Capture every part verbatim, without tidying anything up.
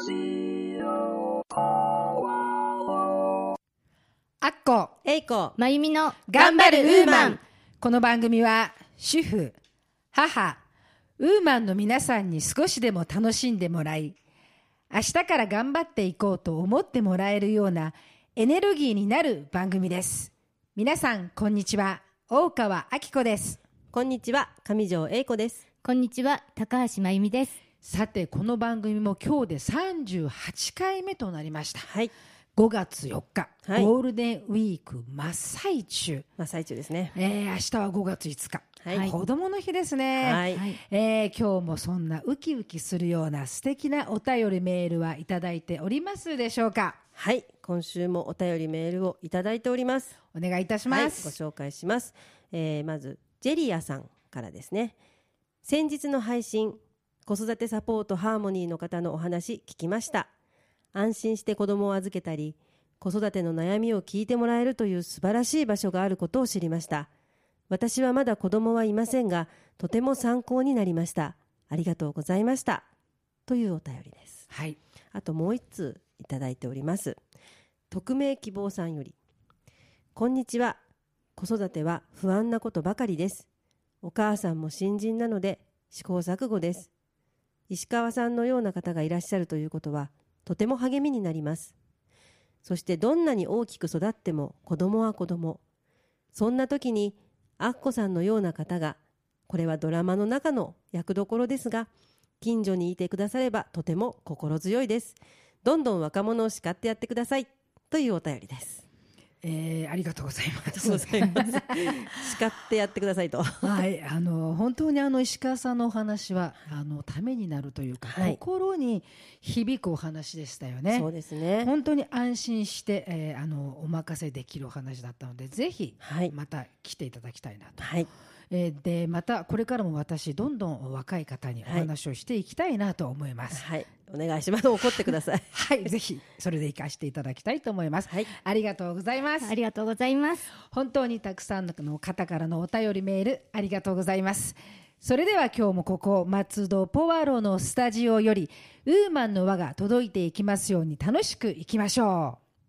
あっこえいこまゆみの頑張るウーマン。 ン。 この番組は主婦、母、ウーマンの皆さんに少しでも楽しんでもらい、明日から頑張っていこうと思ってもらえるようなエネルギーになる番組です。皆さんこんにちは、大川明子です。 こんにちは、上条えいこです。 こんにちは、高橋まゆみです。 さてこの番組も今日でさんじゅうはちかいめとなりました。 はい、 ごがつよっか、 はいゴールデンウィーク真っ最中、 真っ最中ですね。 えー明日はごがついつか、 はい子供の日ですね。 はい、 はい、 えー今日もそんなウキウキするような素敵なお便りメールはいただいておりますでしょうか。 はい、今週もお便りメールをいただいております。 お願いいたしはい、ごます。 紹介します。えーまずジェリアさんからですね。先日の配信、子育てサポートハーモニーの方のお話聞きました。安心して子供を預けたり、子育ての悩みを聞いてもらえるという素晴らしい場所があることを知りました。私はまだ子供はいませんが、とても参考になりました。ありがとうございました。というお便りです。 はい、 あともう一通いただいております。匿名希望さんより、こんにちは。子育ては不安なことばかりです。お母さんも新人なので試行錯誤です。石川さんのような方がいらっしゃるということはとても励みになります。そしてどんなに大きく育っても子供は子供。そんな時にアッコさんのような方が、これはドラマの中の役どころですが、近所にいてくださればとても心強いです。どんどん若者を叱ってやってください。というお便りです。 えーありがとうございまありがとうごす。 ざいます。叱ってやってくださいと。 はい、あの本当にあの石川さんのお話はあのためになるというか、 はい心に響くお話でしたよね。 そうですね。 本当に安心して、えーあのお任せできるお話だったので、ぜひはいまた来ていただきたいなと。 はい。 えーでまたこれからも私どんどん若い方にお話をしていきたいなと思います。 はい。お願いします。怒ってください。 はい、ぜひそれで活かしていただきたいと思います。 はい。 ありがとうございます。 ありがとうございます。 本当にたくさんの方からのお便りメールありがとうございます。それでは今日もここ松戸ポワロのスタジオよりウーマンの輪が届いていきますように楽しくいきましょう。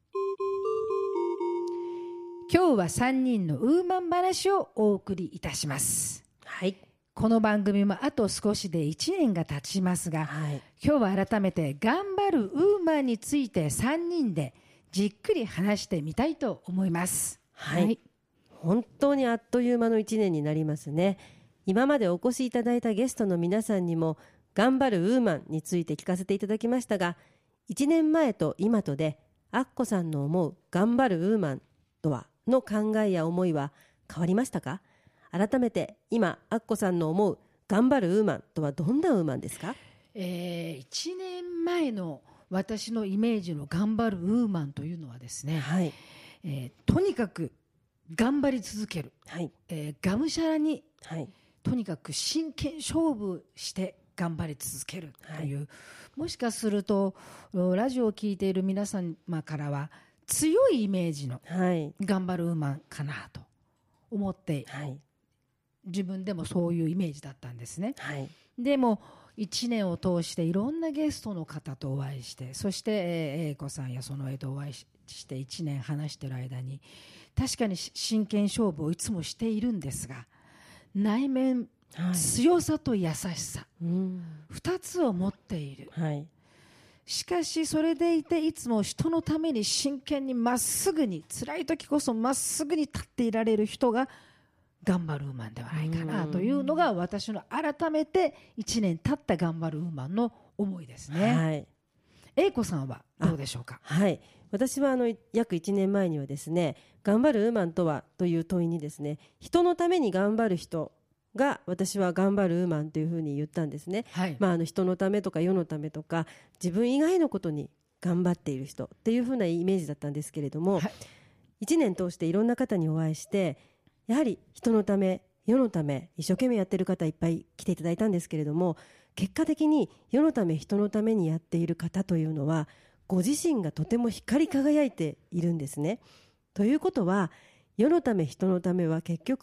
今日はさんにんのウーマン話をお送りいたします。 はい。 この番組もあと少しでいちねんが経ちますが、 はい。 今日は改めて頑張るウーマンについてさんにんでじっくり話してみたいと思います。 はい。 はい本当にあっという間のいちねんになりますね。今までお越しいただいたゲストの皆さんにも頑張るウーマンについて聞かせていただきましたが、いちねんまえと今とでアッコさんの思う頑張るウーマンとはの考えや思いは変わりましたか？改めて今アッコさんの思う頑張るウーマンとはどんなウーマンですか？ えー、いちねんまえの私のイメージの頑張るウーマンというのはですね、 はい。 えーとにかく頑張り続ける、 はい。 えーがむしゃらにはい。 とにかく真剣勝負して頑張り続けるという、はい、もしかするとラジオを聞いている皆様からは強いイメージの頑張るウーマンかなと思って、はい、自分でもそういうイメージだったんですね、はい、でもいちねんを通していろんなゲストの方とお会いして、そして英子さんや園江とお会いしていちねん話している間に確かに真剣勝負をいつもしているんですが、内面、はい、強さと優しさ、うん、ふたつを持っている、はい、しかしそれでいていつも人のために真剣にまっすぐに、辛い時こそまっすぐに立っていられる人が頑張るウーマンではないかなというのが私の改めていちねん経った頑張るウーマンの思いですね、はい、英子さんはどうでしょうか？ はい、私はあの約いちねんまえにはですね、頑張るウーマンとはという問いにですね、人のために頑張る人が私は頑張るウーマンというふうに言ったんですね、はい、まあ、あの人のためとか世のためとか自分以外のことに頑張っている人っていうふうなイメージだったんですけれども、はい、いちねん通していろんな方にお会いして、やはり人のため世のため一生懸命やってる方いっぱい来ていただいたんですけれども、結果的に世のため人のためにやっている方というのはご自身がとても光り輝いているんですね。ということは世のため人のためは結局は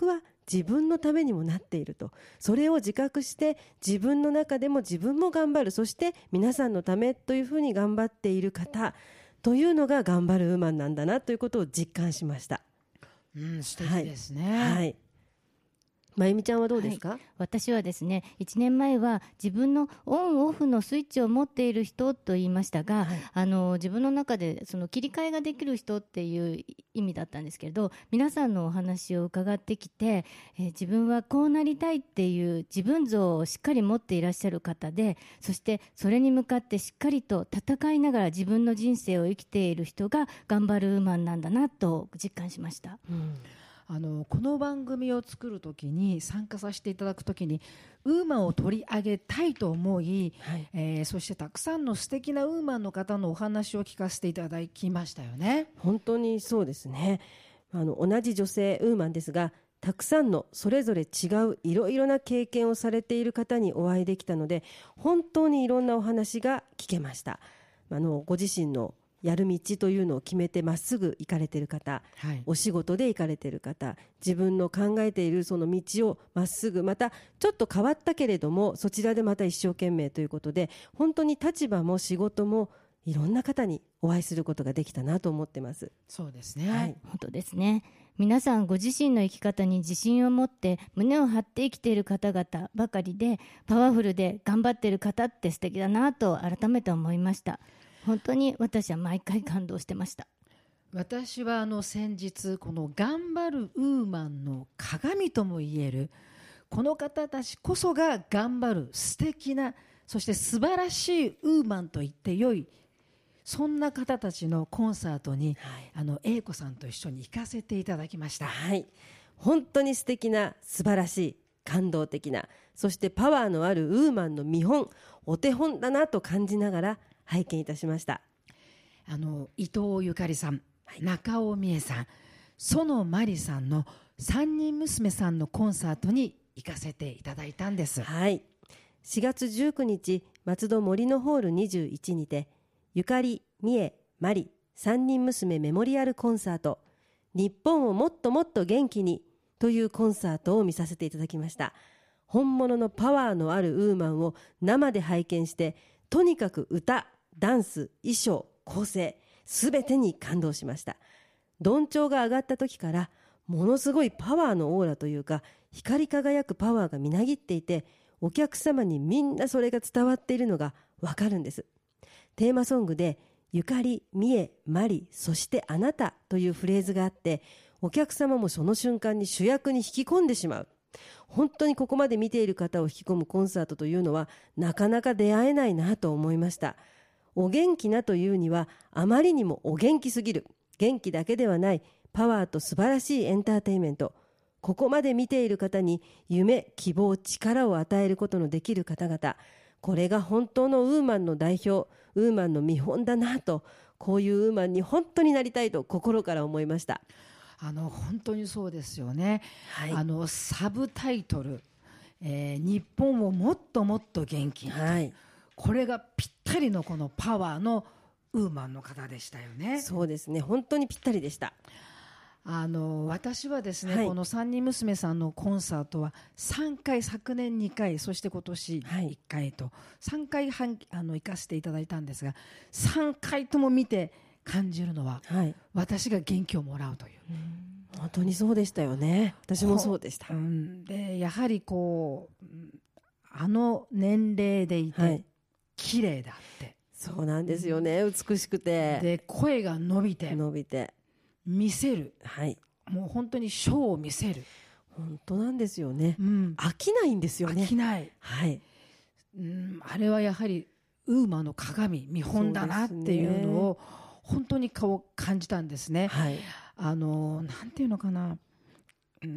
自分のためにもなっていると、それを自覚して自分の中でも自分も頑張る、そして皆さんのためというふうに頑張っている方というのが頑張るウーマンなんだなということを実感しました。 うん、素敵ですね。 はい、はい、まゆみちゃんはどうですか？はい、 私はですね、いちねんまえは自分のオンオフのスイッチを持っている人と言いましたが、はい、あの自分の中でその切り替えができる人っていう意味だったんですけれど、皆さんのお話を伺ってきて、えー、自分はこうなりたいっていう自分像をしっかり持っていらっしゃる方で、そしてそれに向かってしっかりと戦いながら自分の人生を生きている人が頑張るウーマンなんだなと実感しました。うん、 あのこの番組を作るときに、参加させていただくときにウーマンを取り上げたいと思い、はい、えー、そしてたくさんの素敵なウーマンの方のお話を聞かせていただきましたよね。 本当にそうですね。あの同じ女性ウーマンですが、たくさんのそれぞれ違ういろいろな経験をされている方にお会いできたので、本当にいろんなお話が聞けました。あのご自身のやる道というのを決めてまっすぐ行かれている方、はい、お仕事で行かれている方、自分の考えているその道をまっすぐ、またちょっと変わったけれどもそちらでまた一生懸命ということで、本当に立場も仕事もいろんな方にお会いすることができたなと思ってます。 そうですね、 はい、本当ですね。皆さんご自身の生き方に自信を持って胸を張って生きている方々ばかりで、パワフルで頑張っている方って素敵だなと改めて思いました。本当に私は毎回感動してました。 私はあの先日、この頑張るウーマンの鏡ともいえるこの方たちこそが頑張る素敵な、そして素晴らしいウーマンと言ってよい、そんな方たちのコンサートに、はい、あの英子さんと一緒に行かせていただきました。 はい、本当に素敵な、素晴らしい、感動的な、そしてパワーのあるウーマンの見本、お手本だなと感じながら拝見いたしました。 あの伊藤ゆかりさん、はい、中尾美恵さん、園まりさんのさんにん娘さんのコンサートに行かせていただいたんです。 はい、しがつじゅうくにち松戸森のホールにじゅういちにて、ゆかり、みえ、まりさんにん娘メモリアルコンサート、日本をもっともっと元気にというコンサートを見させていただきました。本物のパワーのあるウーマンを生で拝見して、とにかく歌、ダンス、衣装、構成、すべてに感動しました。どんちょうが上がった時からものすごいパワーのオーラというか、光り輝くパワーがみなぎっていて、お客様にみんなそれが伝わっているのがわかるんです。テーマソングでゆかり、みえ、まり、そしてあなたというフレーズがあって、お客様もその瞬間に主役に引き込んでしまう。本当にここまで見ている方を引き込むコンサートというのはなかなか出会えないなと思いました。お元気なというにはあまりにもお元気すぎる、元気だけではないパワーと素晴らしいエンターテインメント、ここまで見ている方に夢、希望、力を与えることのできる方々、これが本当のウーマンの代表、ウーマンの見本だなと、こういうウーマンに本当になりたいと心から思いました。 あの本当にそうですよね、はい、あのサブタイトル、えー、日本をもっともっと元気に、はい、これがぴったりのこのパワーのウーマンの方でしたよね。 そうですね、本当にぴったりでした。 あの私はですね、はい、このさんにん娘さんのコンサートはさんかい、昨年にかい、そして今年いっかいと、はい、さんかいはんあの行かせていただいたんですが、さんかいとも見て感じるのは、はい、私が元気をもらうという、 うん、本当にそうでしたよね。私もそうでした。 うん、でやはりこうあの年齢でいて、はい、綺麗だって、 そうなんですよね、美しくて、 で声が伸びて伸びて見せる、 はい、 もう本当にショーを見せる。 本当なんですよね、うん、飽きないんですよね。 飽きない、 はい、 うん、あれはやはりウーマンの鏡、見本だなっていうのを本当に顔を感じたんですね、はい、あのなんていうのかな、うん、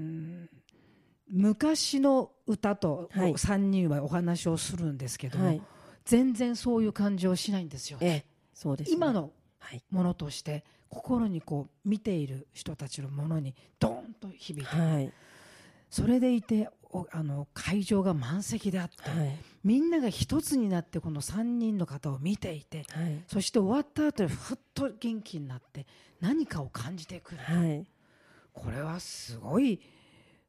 昔の歌とさんにんはお話をするんですけども、はい、全然そういう感じをしないんですよ、 ええ、そうですね、 今のものとして心にこう見ている人たちのものにドーンと響いて、はい、それでいてあの会場が満席であって、はい、みんなが一つになってこのさんにんの方を見ていて、はい、そして終わった後でふっと元気になって何かを感じてくる、はい、これはすごい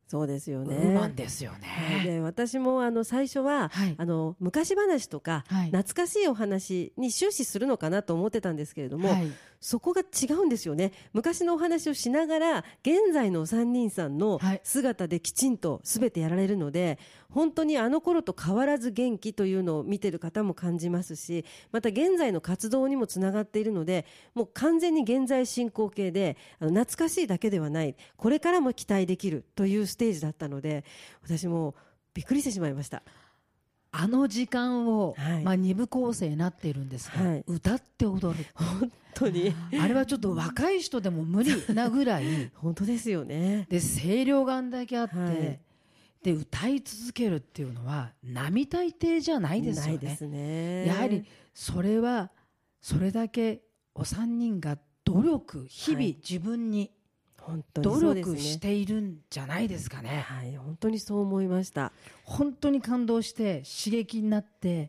そうですよね。 ウーマンですよね。 で私もあの最初は、はい、あの昔話とか、はい、懐かしいお話に終始するのかなと思ってたんですけれども、はい、そこが違うんですよね。昔のお話をしながら現在のお三人さんの姿できちんと全てやられるので、はい、本当にあの頃と変わらず元気というのを見てる方も感じますし、また現在の活動にもつながっているので、もう完全に現在進行形で、あの懐かしいだけではない、これからも期待できるというステージだったので、私もびっくりしてしまいました。 あの時間を、はい、まあ、に部構成になっているんですが、はい、歌って踊る、 本当にあれはちょっと若い人でも無理なぐらい本当ですよね。 で声量があんだけあって、はい、で歌い続けるっていうのは並大抵じゃないですよね。 ないですね。 やはりそれはそれだけお三人が努力、日々自分に努力しているんじゃないですかね。 はい、本当にそう思いました。 本当に感動して刺激になって、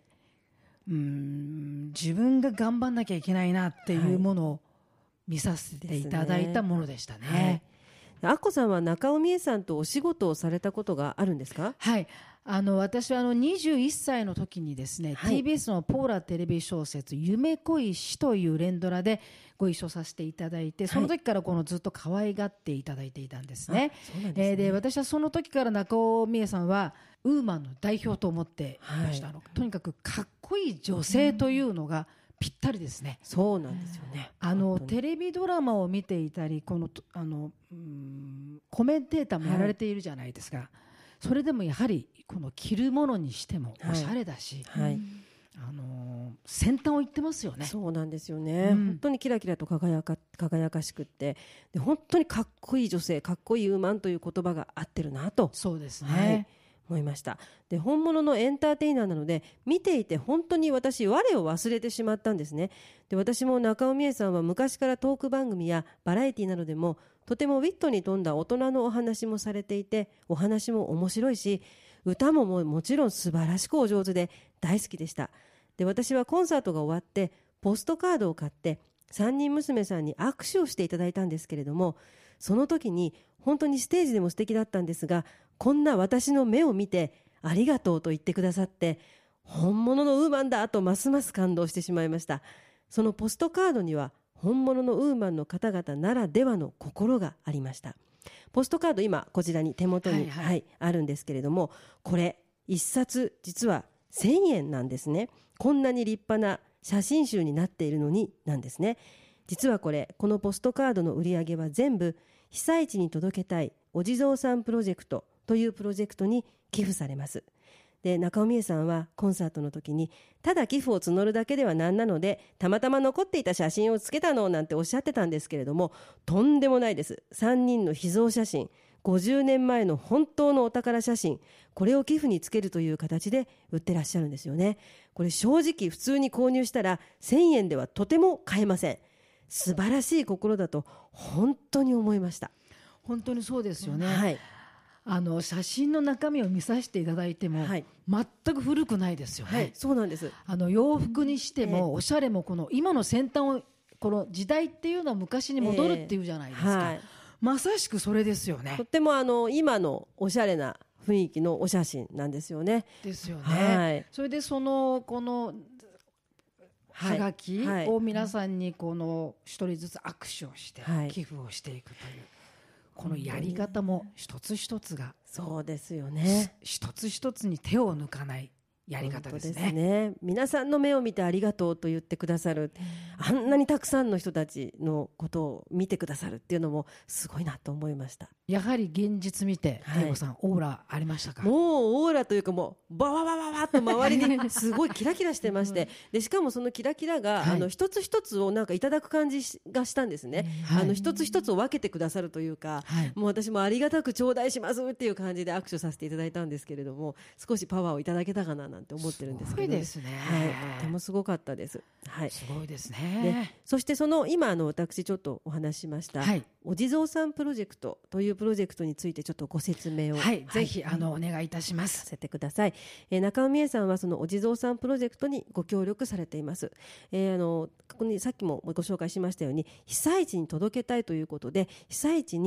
うーん、自分が頑張んなきゃいけないなっていうものを見させていただいたものでしたね。はい、 アッコさんは中尾美恵さんとお仕事をされたことがあるんですか？ はい、あの私はあのにじゅういっさいの時にですね、はい、ティービーエス のポーラテレビ小説夢恋しという連ドラでご一緒させていただいて、その時からこのずっと可愛がっていただいていたんですね。 そうなんですね。 えー、で私はその時から中尾美恵さんはウーマンの代表と思っていました。はい、あのとにかくかっこいい女性というのがぴったりですね。 うん、そうなんですよね。 あのテレビドラマを見ていたり、このあのうーんコメンテーターもやられているじゃないですか。はい、それでもやはりこの着るものにしてもおしゃれだし、はいはい、あのー、先端を行ってますよね。 そうなんですよね。うん、本当にキラキラと輝か、輝かしくって、で本当にかっこいい女性、かっこいいウーマンという言葉が合ってるなと。 そうですね。 はい、思いました。で本物のエンターテイナーなので、見ていて本当に私我を忘れてしまったんですね。で私も中尾美恵さんは昔からトーク番組やバラエティなどでもとてもウィットに富んだ大人のお話もされていて、お話も面白いし、歌もももちろん素晴らしくお上手で大好きでした。で私はコンサートが終わってポストカードを買ってさんにん娘さんに握手をしていただいたんですけれども、その時に本当にステージでも素敵だったんですが、こんな私の目を見てありがとうと言ってくださって、本物のウーマンだとますます感動してしまいました。そのポストカードには本物のウーマンの方々ならではの心がありました。ポストカード今こちらに手元に、はいはいはい、あるんですけれども、これ一冊実はせんえんなんですね。こんなに立派な写真集になっているのになんですね。実はこれこのポストカードの売り上げは全部被災地に届けたいお地蔵さんプロジェクトというプロジェクトに寄付されます。で中尾美恵さんはコンサートの時に、ただ寄付を募るだけではなんなのでたまたま残っていた写真をつけたのなんておっしゃってたんですけれども、とんでもないです。さんにんの秘蔵写真、ごじゅうねんまえの本当のお宝写真、これを寄付につけるという形で売ってらっしゃるんですよね。これ正直普通に購入したらせんえんではとても買えません。素晴らしい心だと本当に思いました。 本当にそうですよね。 はい、 あの写真の中身を見させていただいても、はい、全く古くないですよね。はい、 そうなんです。 あの洋服にしても、えー、おしゃれもこの今の先端を、この時代っていうのは昔に戻るっていうじゃないですか。えーはい、まさしくそれですよね。 とってもあの今のおしゃれな雰囲気のお写真なんですよね。 ですよね。はい、それでそのこのはがきを皆さんにこの一人ずつ握手をして寄付をしていくという、このやり方も一つ一つが、 そうですよね。 一つ一つに手を抜かないやり方ですね。 ですね。皆さんの目を見てありがとうと言ってくださる、あんなにたくさんの人たちのことを見てくださるっていうのもすごいなと思いました。 やはり現実見て、はい、英子さんオーラありましたか？ もうオーラというか、もうバワワワワッと周りにすごいキラキラしてまして、でしかもそのキラキラが、はい、あの一つ一つをなんかいただく感じがしたんですね。はい、あの一つ一つを分けてくださるというか、はい、もう私もありがたく頂戴しますっていう感じで握手させていただいたんですけれども、少しパワーをいただけたかななんて思ってるんですけど、 すごいですね。 はい、とてもすごかったです。はい、 すごいですね。 でそしてその今あの私ちょっとお話ししました、はい、お地蔵さんプロジェクトというプロジェクトについてちょっとご説明を、 はい、ぜひあのお願いいたします。 させてください。えー、中尾美恵さんはそのお地蔵さんプロジェクトにご協力されています。えー、あのここにさっきもご紹介しましたように、被災地に届けたいということで被災地に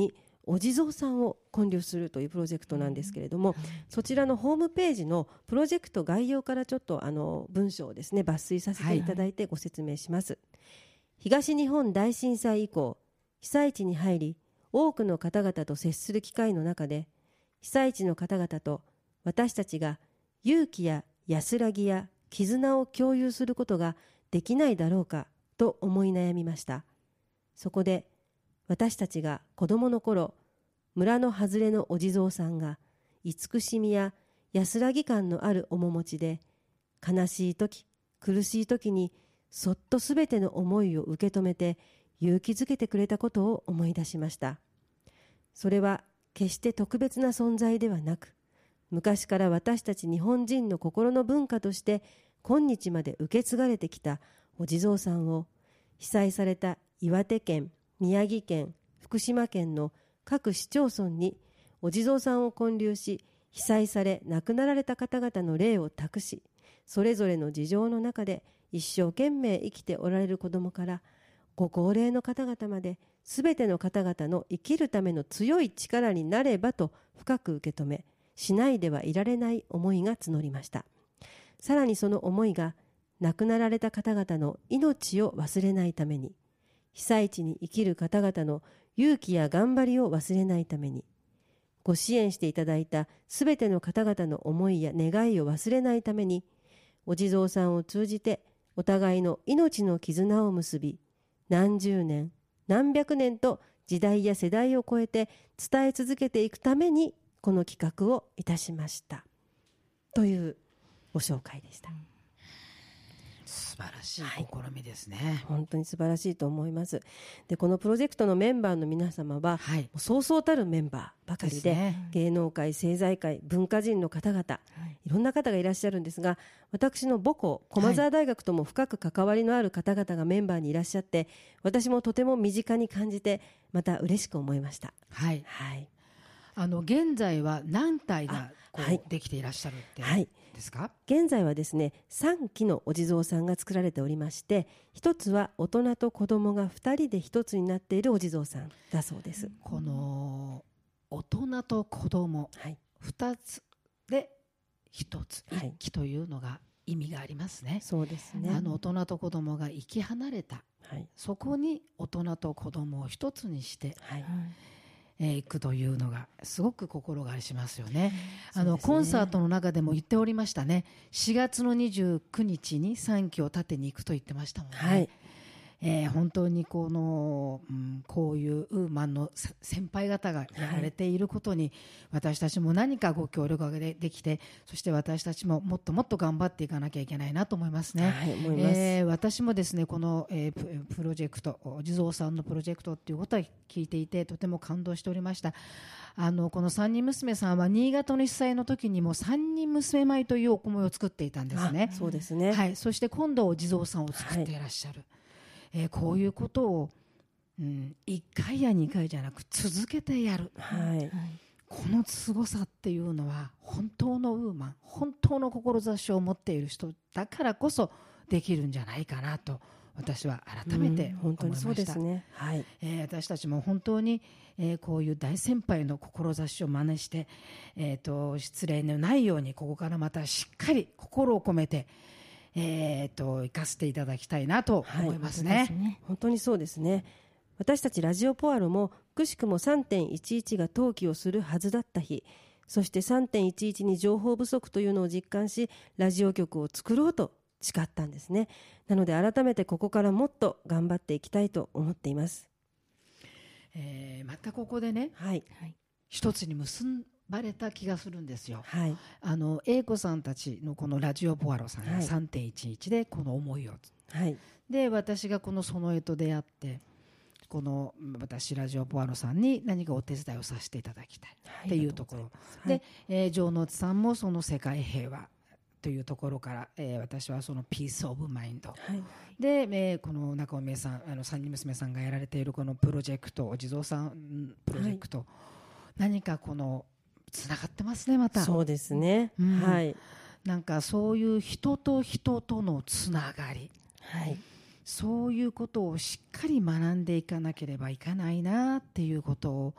お地蔵さんを建立するというプロジェクトなんですけれども、うん、そちらのホームページのプロジェクト概要からちょっとあの文章をですね抜粋させていただいてご説明します、はい、東日本大震災以降、被災地に入り多くの方々と接する機会の中で、被災地の方々と私たちが勇気や安らぎや絆を共有することができないだろうかと思い悩みました。そこで私たちが子供の頃、村の外れのお地蔵さんが慈しみや安らぎ感のある面持ちで、悲しい時、苦しい時にそっとすべての思いを受け止めて勇気づけてくれたことを思い出しました。それは決して特別な存在ではなく、昔から私たち日本人の心の文化として今日まで受け継がれてきたお地蔵さんを、被災された岩手県、宮城県、福島県の各市町村にお地蔵さんを建立し、被災され亡くなられた方々の霊を託し、それぞれの事情の中で一生懸命生きておられる子どもからご高齢の方々まで、すべての方々の生きるための強い力になればと深く受け止め、しないではいられない思いが募りました。さらにその思いが、亡くなられた方々の命を忘れないために、被災地に生きる方々の勇気や頑張りを忘れないために、ご支援していただいたすべての方々の思いや願いを忘れないために、お地蔵さんを通じてお互いの命の絆を結び、何十年、何百年と時代や世代を超えて伝え続けていくために、この企画をいたしましたというご紹介でした。 素晴らしい試みですね、 はい、本当に素晴らしいと思います。で、このプロジェクトのメンバーの皆様は、はい、そうそうたるメンバーばかり で, で、ね、芸能界、政財界、文化人の方々、はい、いろんな方がいらっしゃるんですが、私の母校駒澤大学とも深く関わりのある方々がメンバーにいらっしゃって、私もとても身近に感じて、また嬉しく思いました。 はい、はい、あの現在は何体がこう、はい、できていらっしゃるってですか？はい、 現在はですね、さんきのお地蔵さんが作られておりまして、一つは大人と子供がふたりで一つになっているお地蔵さんだそうです。 この大人と子供、はい、ふたつで一つ、一機というのが意味がありますね。 そうですね。 あの大人と子供が生き離れた、はい、そこに大人と子供を一つにして、はい、えー、行くというのがすごく心がありしますよね。うん、あの、ね、コンサートの中でも言っておりましたね。しがつのにじゅうくにちにさんきを立てに行くと言ってましたもんね。はい、えー、本当にこの、うん、こういうウーマンの先輩方がやられていることに、はい、私たちも何かご協力が で, できて、そして私たちももっともっと頑張っていかなきゃいけないなと思いますね。 はい、思います。 えー、私もですね、この、えー、プ, プロジェクト、お地蔵さんのプロジェクトっていうことは聞いていて、とても感動しておりました。あのこの三人娘さんは新潟の被災の時にも三人娘舞というお米を作っていたんですね。 そうですね。 はい、そして今度お地蔵さんを作っていらっしゃる。はい、えー、こういうことを、うん、いっかいやにかいじゃなく続けてやる、はい、この凄さっていうのは本当のウーマン、本当の志を持っている人だからこそできるんじゃないかなと私は改めて思いました。うん、本当にそうですね。はい、えー、私たちも本当に、えー、こういう大先輩の志を真似して、えーと、失礼のないようにここからまたしっかり心を込めてえー、と生かしていただきたいなと思いますね。はい、 本当ですね。本当にそうですね。私たちラジオポアロもくしくも さんてんいちいち が登記をするはずだった日、そして さんてんいちいち に情報不足というのを実感し、ラジオ局を作ろうと誓ったんですね。なので改めてここからもっと頑張っていきたいと思っています。 えー、またここでね、はい、一つに結んバレた気がするんですよ。はい、あの英子さんたちのこのラジオポアロさんが さんてんいちいち でこの思いを、はい、で私がこの園江と出会ってこの私ラジオポアロさんに何かお手伝いをさせていただきたいっていうところ、はい、で、えー、城之内さんもその世界平和というところから、えー、私はそのピースオブマインド、はい、で、えー、この中尾美恵さん、あの三人娘さんがやられているこのプロジェクト、お地蔵さんプロジェクト、はい、何かこのつながってますね。またそうですね、うん、はい、 なんかそういう人と人とのつながり、はい、そういうことをしっかり学んでいかなければいけないなっていうことを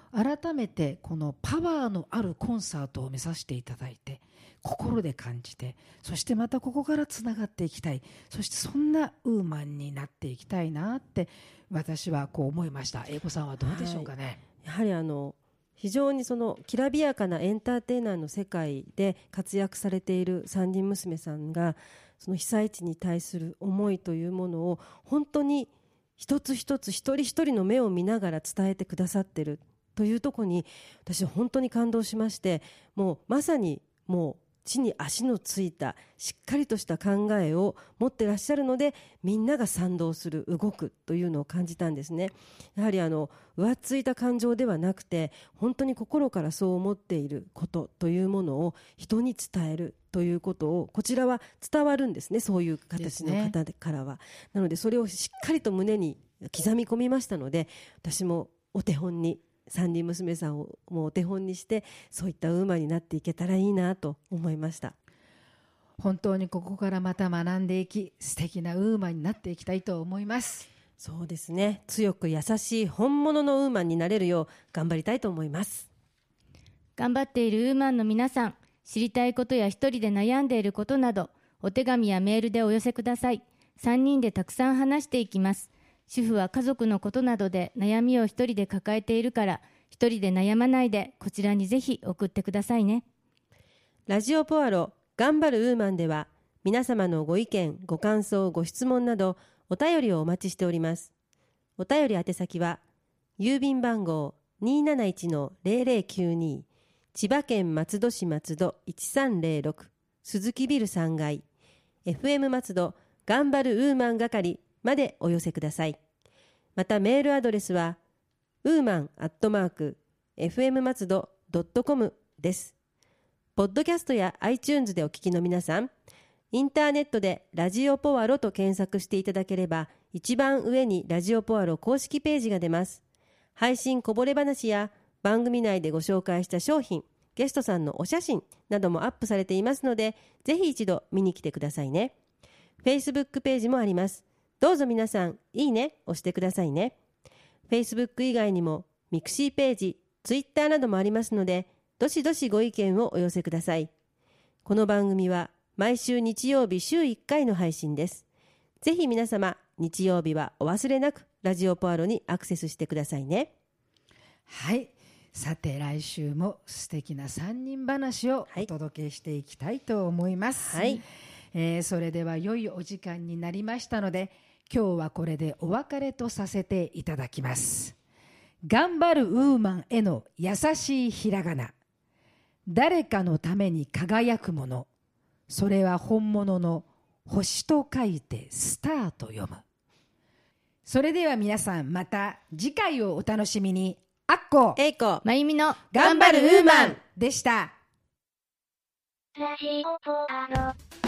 改めてこのパワーのあるコンサートを目指していただいて、心で感じて、そしてまたここからつながっていきたい、そしてそんなウーマンになっていきたいなって私はこう思いました。英子さんはどうでしょうかね。はい、 やはりあの非常にそのきらびやかなエンターテイナーの世界で活躍されている三人娘さんが、その被災地に対する思いというものを本当に一つ一つ一人一人の目を見ながら伝えてくださっているというところに、私は本当に感動しまして、もうまさにもう地に足のついたしっかりとした考えを持ってらっしゃるので、みんなが賛同する、動くというのを感じたんですね。やはりあの浮ついた感情ではなくて、本当に心からそう思っていることというものを人に伝えるということを、こちらは伝わるんですね、そういう形の方からは。なのでそれをしっかりと胸に刻み込みましたので、私もお手本に三人娘さんをもうお手本にして、そういったウーマンになっていけたらいいなと思いました。 本当にここからまた学んでいき、素敵なウーマンになっていきたいと思います。 そうですね、強く優しい本物のウーマンになれるよう頑張りたいと思います。 頑張っているウーマンの皆さん、知りたいことや一人で悩んでいることなど、お手紙やメールでお寄せください。さんにんでたくさん話していきます。主婦は家族のことなどで悩みを一人で抱えているから、一人で悩まないでこちらにぜひ送ってくださいね。 ラジオポアロ頑張るウーマンでは、皆様のご意見、ご感想、ご質問などお便りをお待ちしております。お便り宛先は郵便番号 にーなないちのゼロゼロきゅうに 千葉県松戸市松戸いちさんゼロろく鈴木ビルさんがい エフエム 松戸頑張るウーマン係までお寄せください。またメールアドレスはウーマンアットマーク エフエム 松戸ドットコム です。ポッドキャストや iTunes でお聞きの皆さん、インターネットでラジオポアロと検索していただければ、一番上にラジオポアロ公式ページが出ます。配信こぼれ話や番組内でご紹介した商品、ゲストさんのお写真などもアップされていますので、ぜひ一度見に来てくださいね。Facebook ページもあります。どうぞ皆さん、いいね押してくださいね。Facebook 以外にもミクシーページ、Twitter などもありますので、どしどしご意見をお寄せください。この番組は毎週日曜日週いっかいの配信です。ぜひ皆様、日曜日はお忘れなくラジオポアロにアクセスしてくださいね。 はい、さて来週も素敵な三人話をお届けしていきたいと思います。はい、えー、それでは良いお時間になりましたので、今日はこれでお別れとさせていただきます。頑張るウーマンへの優しいひらがな。誰かのために輝くもの。それは本物の星と書いてスターと読む。それでは皆さん、また次回をお楽しみに。あっこ、 えいこ、 まゆみの頑張るウーマンでした。 ラジオポアロ。